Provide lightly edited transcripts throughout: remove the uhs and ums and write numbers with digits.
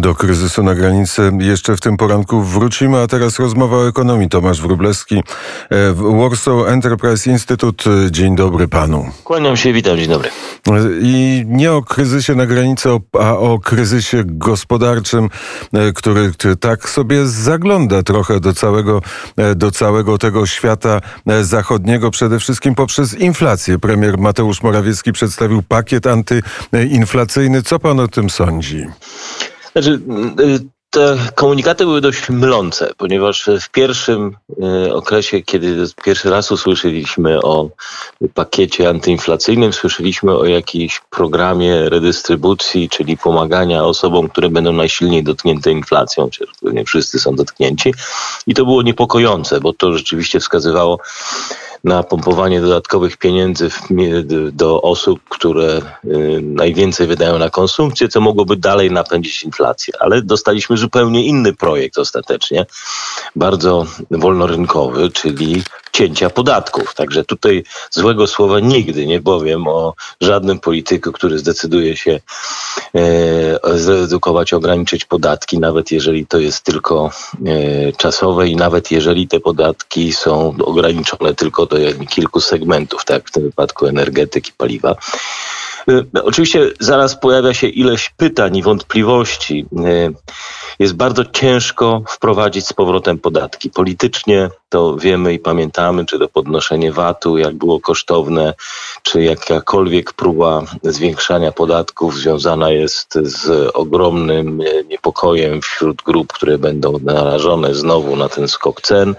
Do kryzysu na granicy jeszcze w tym poranku wrócimy, a teraz rozmowa o ekonomii. Tomasz Wróblewski, Warsaw Enterprise Institute. Dzień dobry panu. Kłaniam się, witam, dzień dobry. I nie o kryzysie na granicy, a o kryzysie gospodarczym, który tak sobie zagląda trochę do całego tego świata zachodniego, przede wszystkim poprzez inflację. Premier Mateusz Morawiecki przedstawił pakiet antyinflacyjny. Co pan o tym sądzi? Znaczy, te komunikaty były dość mylące, ponieważ w pierwszym okresie, kiedy pierwszy raz usłyszeliśmy o pakiecie antyinflacyjnym, słyszeliśmy o jakimś programie redystrybucji, czyli pomagania osobom, które będą najsilniej dotknięte inflacją, czy nie wszyscy są dotknięci. I to było niepokojące, bo to rzeczywiście wskazywało na pompowanie dodatkowych pieniędzy do osób, które najwięcej wydają na konsumpcję, co mogłoby dalej napędzić inflację. Ale dostaliśmy zupełnie inny projekt ostatecznie, bardzo wolnorynkowy, czyli cięcia podatków. Także tutaj złego słowa nigdy nie powiem o żadnym polityku, który zdecyduje się zredukować, ograniczyć podatki, nawet jeżeli to jest tylko czasowe i nawet jeżeli te podatki są ograniczone tylko do kilku segmentów, tak jak w tym wypadku energetyki, paliwa. Oczywiście zaraz pojawia się ileś pytań i wątpliwości. Jest bardzo ciężko wprowadzić z powrotem podatki. Politycznie to wiemy i pamiętamy, czy to podnoszenie VAT-u, jak było kosztowne, czy jakakolwiek próba zwiększania podatków związana jest z ogromnym niepokojem wśród grup, które będą narażone znowu na ten skok cen.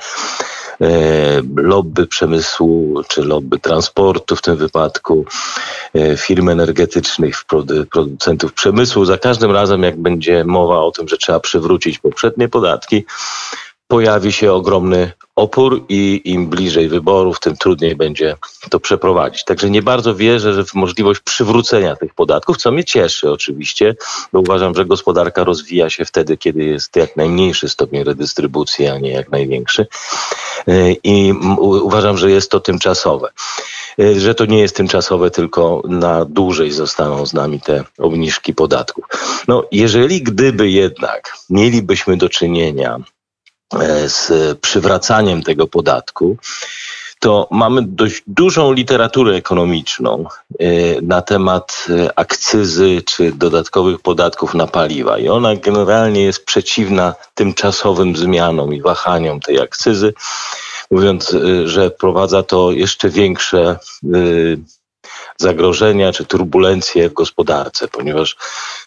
Lobby przemysłu, czy lobby transportu w tym wypadku, firm energetycznych, producentów przemysłu. Za każdym razem, jak będzie mowa o tym, że trzeba przywrócić poprzednie podatki, pojawi się ogromny opór i im bliżej wyborów, tym trudniej będzie to przeprowadzić. Także nie bardzo wierzę w możliwość przywrócenia tych podatków, co mnie cieszy oczywiście, bo uważam, że gospodarka rozwija się wtedy, kiedy jest jak najmniejszy stopień redystrybucji, a nie jak największy. I uważam, że jest to tymczasowe. Że to nie jest tymczasowe, tylko na dłużej zostaną z nami te obniżki podatków. No, gdyby jednak mielibyśmy do czynienia z przywracaniem tego podatku, to mamy dość dużą literaturę ekonomiczną na temat akcyzy czy dodatkowych podatków na paliwa. I ona generalnie jest przeciwna tymczasowym zmianom i wahaniom tej akcyzy, mówiąc, że wprowadza to jeszcze większe zagrożenia czy turbulencje w gospodarce, ponieważ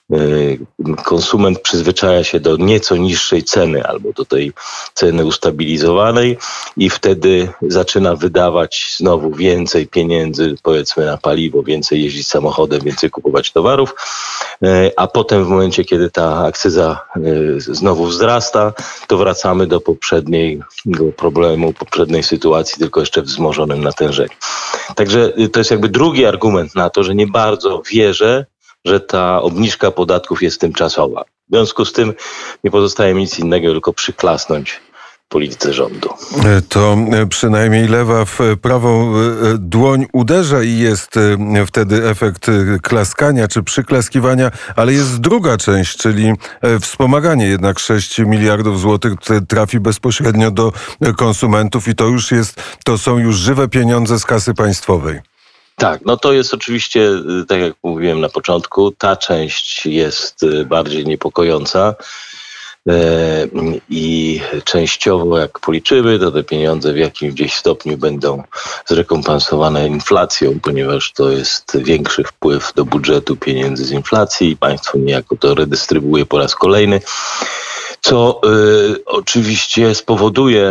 konsument przyzwyczaja się do nieco niższej ceny albo do tej ceny ustabilizowanej i wtedy zaczyna wydawać znowu więcej pieniędzy, powiedzmy na paliwo, więcej jeździć samochodem, więcej kupować towarów, a potem w momencie, kiedy ta akcyza znowu wzrasta, to wracamy do poprzedniego problemu, poprzedniej sytuacji, tylko jeszcze wzmożonym natężeniu. Także to jest jakby drugi argument na to, że nie bardzo wierzę, że ta obniżka podatków jest tymczasowa. W związku z tym nie pozostaje mi nic innego, tylko przyklasnąć polityce rządu. To przynajmniej lewa w prawą dłoń uderza i jest wtedy efekt klaskania czy przyklaskiwania, ale jest druga część, czyli wspomaganie. Jednak 6 miliardów złotych trafi bezpośrednio do konsumentów i to są już żywe pieniądze z kasy państwowej. Tak, no to jest oczywiście, tak jak mówiłem na początku, ta część jest bardziej niepokojąca i częściowo jak policzymy, to te pieniądze w jakimś gdzieś stopniu będą zrekompensowane inflacją, ponieważ to jest większy wpływ do budżetu pieniędzy z inflacji i państwo niejako to redystrybuuje po raz kolejny, co oczywiście spowoduje,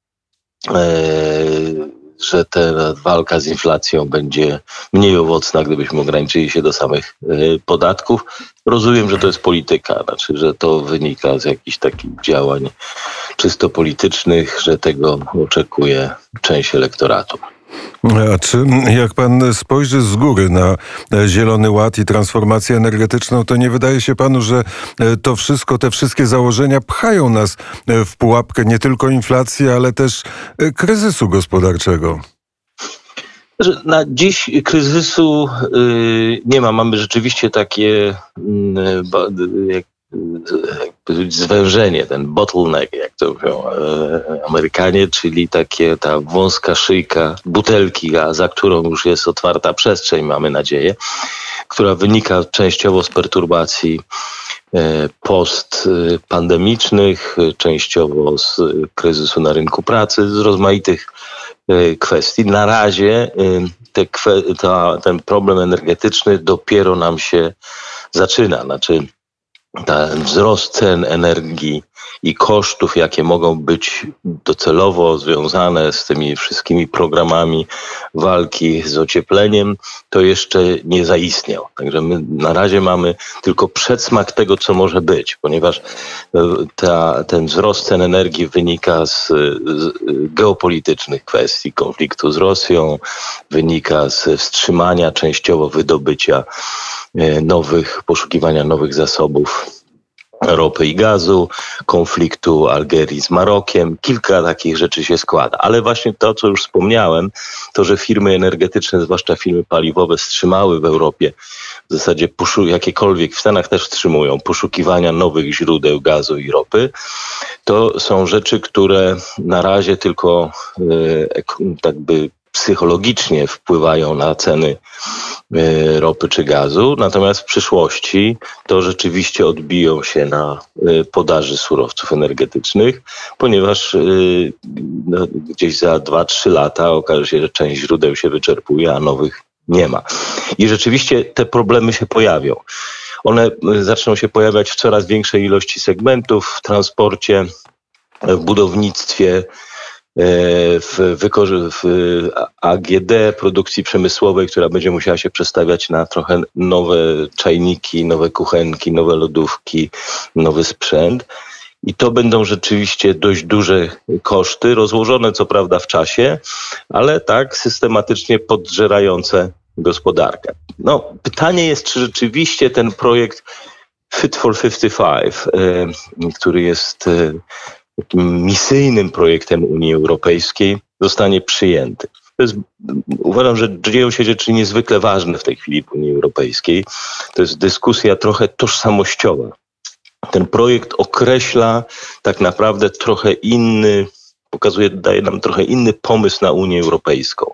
że ta walka z inflacją będzie mniej owocna, gdybyśmy ograniczyli się do samych podatków. Rozumiem, że to jest polityka, znaczy, że to wynika z jakichś takich działań czysto politycznych, że tego oczekuje część elektoratu. A czy jak pan spojrzy z góry na Zielony Ład i transformację energetyczną, to nie wydaje się panu, że to wszystko, te wszystkie założenia pchają nas w pułapkę nie tylko inflacji, ale też kryzysu gospodarczego? Na dziś kryzysu nie ma. Mamy rzeczywiście takie zwężenie, ten bottleneck, jak to mówią Amerykanie, czyli ta wąska szyjka butelki, za którą już jest otwarta przestrzeń, mamy nadzieję, która wynika częściowo z perturbacji postpandemicznych, częściowo z kryzysu na rynku pracy, z rozmaitych kwestii. Na razie ten problem energetyczny dopiero nam się zaczyna. Znaczy, ten wzrost cen energii i kosztów, jakie mogą być docelowo związane z tymi wszystkimi programami walki z ociepleniem, to jeszcze nie zaistniał. Także my na razie mamy tylko przedsmak tego, co może być, ponieważ ten wzrost cen energii wynika z geopolitycznych kwestii, konfliktu z Rosją, wynika z wstrzymania częściowo wydobycia poszukiwania nowych zasobów ropy i gazu, konfliktu Algierii z Marokiem. Kilka takich rzeczy się składa. Ale właśnie to, co już wspomniałem, to, że firmy energetyczne, zwłaszcza firmy paliwowe, wstrzymały w Europie w zasadzie jakiekolwiek, w Stanach też wstrzymują, poszukiwania nowych źródeł gazu i ropy, to są rzeczy, które na razie tylko psychologicznie wpływają na ceny ropy czy gazu, natomiast w przyszłości to rzeczywiście odbiją się na podaży surowców energetycznych, ponieważ gdzieś za 2-3 lata okaże się, że część źródeł się wyczerpuje, a nowych nie ma. I rzeczywiście te problemy się pojawią. One zaczną się pojawiać w coraz większej ilości segmentów, w transporcie, w budownictwie, w AGD, produkcji przemysłowej, która będzie musiała się przestawiać na trochę nowe czajniki, nowe kuchenki, nowe lodówki, nowy sprzęt. I to będą rzeczywiście dość duże koszty, rozłożone co prawda w czasie, ale tak systematycznie podżerające gospodarkę. Pytanie jest, czy rzeczywiście ten projekt Fit for 55, który jest takim misyjnym projektem Unii Europejskiej, zostanie przyjęty. Uważam, że dzieją się rzeczy niezwykle ważne w tej chwili w Unii Europejskiej. To jest dyskusja trochę tożsamościowa. Ten projekt określa tak naprawdę trochę inny, daje nam trochę inny pomysł na Unię Europejską.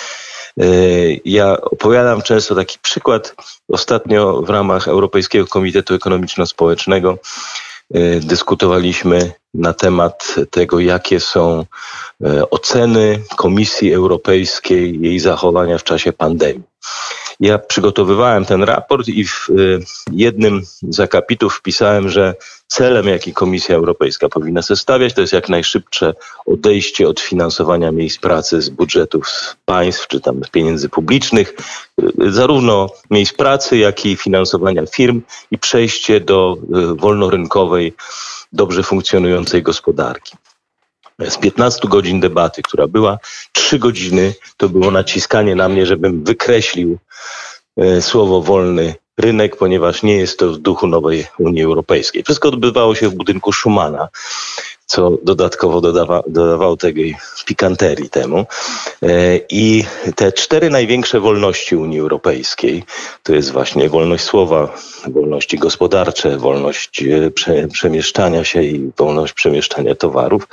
Ja opowiadam często taki przykład. Ostatnio w ramach Europejskiego Komitetu Ekonomiczno-Społecznego dyskutowaliśmy na temat tego, jakie są oceny Komisji Europejskiej, jej zachowania w czasie pandemii. Ja przygotowywałem ten raport i w jednym z akapitów wpisałem, że celem, jaki Komisja Europejska powinna sobie stawiać, to jest jak najszybsze odejście od finansowania miejsc pracy z budżetów państw, czy tam pieniędzy publicznych, zarówno miejsc pracy, jak i finansowania firm i przejście do wolnorynkowej, dobrze funkcjonującej gospodarki. Z 15 godzin debaty, która była, 3 godziny to było naciskanie na mnie, żebym wykreślił słowo wolny rynek, ponieważ nie jest to w duchu nowej Unii Europejskiej. Wszystko odbywało się w budynku Schumana, co dodatkowo dodawało tej pikanterii temu. I te 4 największe wolności Unii Europejskiej, to jest właśnie wolność słowa, wolności gospodarcze, wolność przemieszczania się i wolność przemieszczania towarów,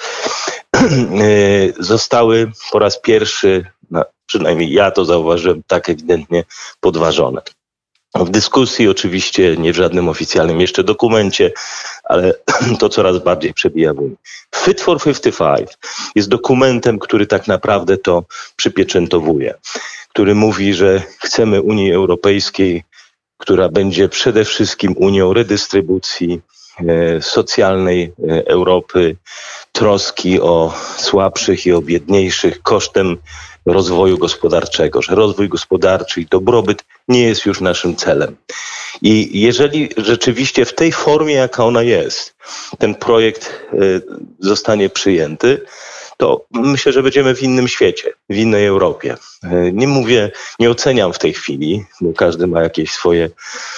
zostały po raz pierwszy, przynajmniej ja to zauważyłem, tak ewidentnie podważone. W dyskusji oczywiście, nie w żadnym oficjalnym jeszcze dokumencie, ale to coraz bardziej przebija w Unii. Fit for 55 jest dokumentem, który tak naprawdę to przypieczętowuje, który mówi, że chcemy Unii Europejskiej, która będzie przede wszystkim Unią redystrybucji, socjalnej Europy, troski o słabszych i o biedniejszych kosztem rozwoju gospodarczego, że rozwój gospodarczy i dobrobyt nie jest już naszym celem. I jeżeli rzeczywiście w tej formie, jaka ona jest, ten projekt zostanie przyjęty, to myślę, że będziemy w innym świecie, w innej Europie. Nie oceniam w tej chwili, bo każdy ma jakieś swoje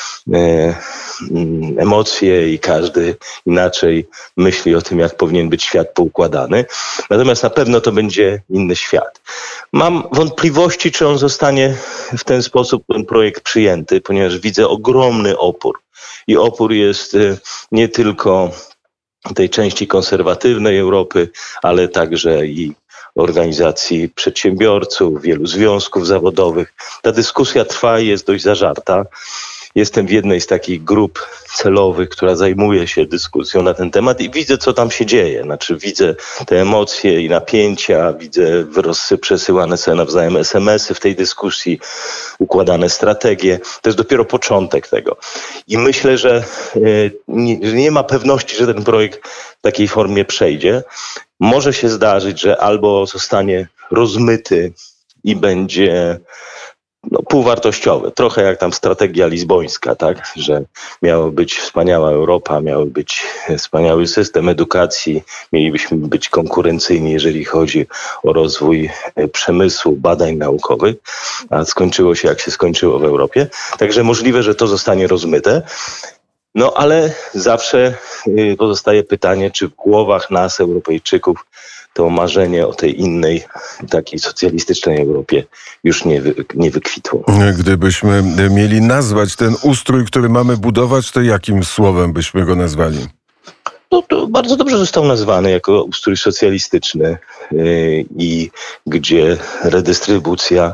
emocje i każdy inaczej myśli o tym, jak powinien być świat poukładany. Natomiast na pewno to będzie inny świat. Mam wątpliwości, czy on zostanie w ten sposób, ten projekt przyjęty, ponieważ widzę ogromny opór. I opór jest nie tylko tej części konserwatywnej Europy, ale także i organizacji przedsiębiorców, wielu związków zawodowych. Ta dyskusja trwa i jest dość zażarta. Jestem w jednej z takich grup celowych, która zajmuje się dyskusją na ten temat i widzę, co tam się dzieje. Znaczy widzę te emocje i napięcia, widzę przesyłane sobie nawzajem SMS-y w tej dyskusji, układane strategie. To jest dopiero początek tego. I myślę, że nie ma pewności, że ten projekt w takiej formie przejdzie. Może się zdarzyć, że albo zostanie rozmyty i będzie półwartościowy. Trochę jak tam strategia lizbońska, tak? Że miała być wspaniała Europa, miał być wspaniały system edukacji, mielibyśmy być konkurencyjni, jeżeli chodzi o rozwój przemysłu, badań naukowych, a skończyło się jak się skończyło w Europie. Także możliwe, że to zostanie rozmyte. No ale zawsze pozostaje pytanie, czy w głowach nas, Europejczyków, to marzenie o tej innej, takiej socjalistycznej Europie już nie wykwitło. Gdybyśmy mieli nazwać ten ustrój, który mamy budować, to jakim słowem byśmy go nazwali? No, to bardzo dobrze został nazwany jako ustrój socjalistyczny i gdzie redystrybucja,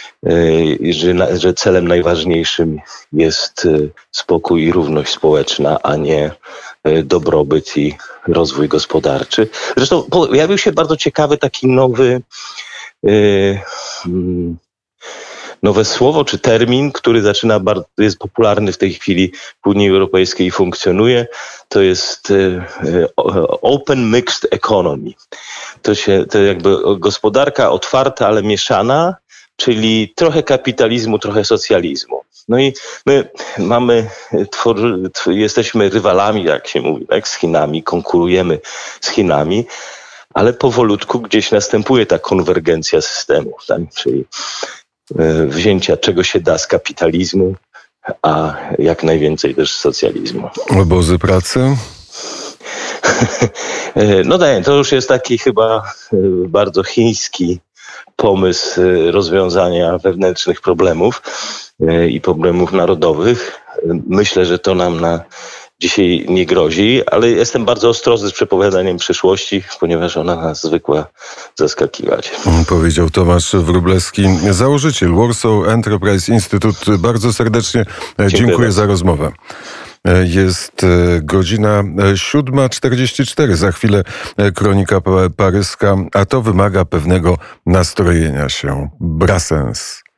że celem najważniejszym jest spokój i równość społeczna, a nie dobrobyt i rozwój gospodarczy. Zresztą pojawił się bardzo ciekawy taki nowe słowo czy termin, który jest popularny w tej chwili w Unii Europejskiej i funkcjonuje. To jest open mixed economy. To jakby gospodarka otwarta, ale mieszana, czyli trochę kapitalizmu, trochę socjalizmu. No i my jesteśmy rywalami, jak się mówi, tak, z Chinami, konkurujemy z Chinami, ale powolutku gdzieś następuje ta konwergencja systemów, tak? Czyli wzięcia czego się da z kapitalizmu, a jak najwięcej też z socjalizmu. Obozy pracy? No tak, to już jest taki chyba bardzo chiński pomysł rozwiązania wewnętrznych problemów i problemów narodowych. Myślę, że to nam na dzisiaj nie grozi, ale jestem bardzo ostrożny z przepowiadaniem przyszłości, ponieważ ona nas zwykła zaskakiwać. Powiedział Tomasz Wróblewski, założyciel Warsaw Enterprise Institute. Bardzo serdecznie dziękuję za rozmowę. Jest godzina 7:44. Za chwilę kronika paryska, a to wymaga pewnego nastrojenia się. Brassens.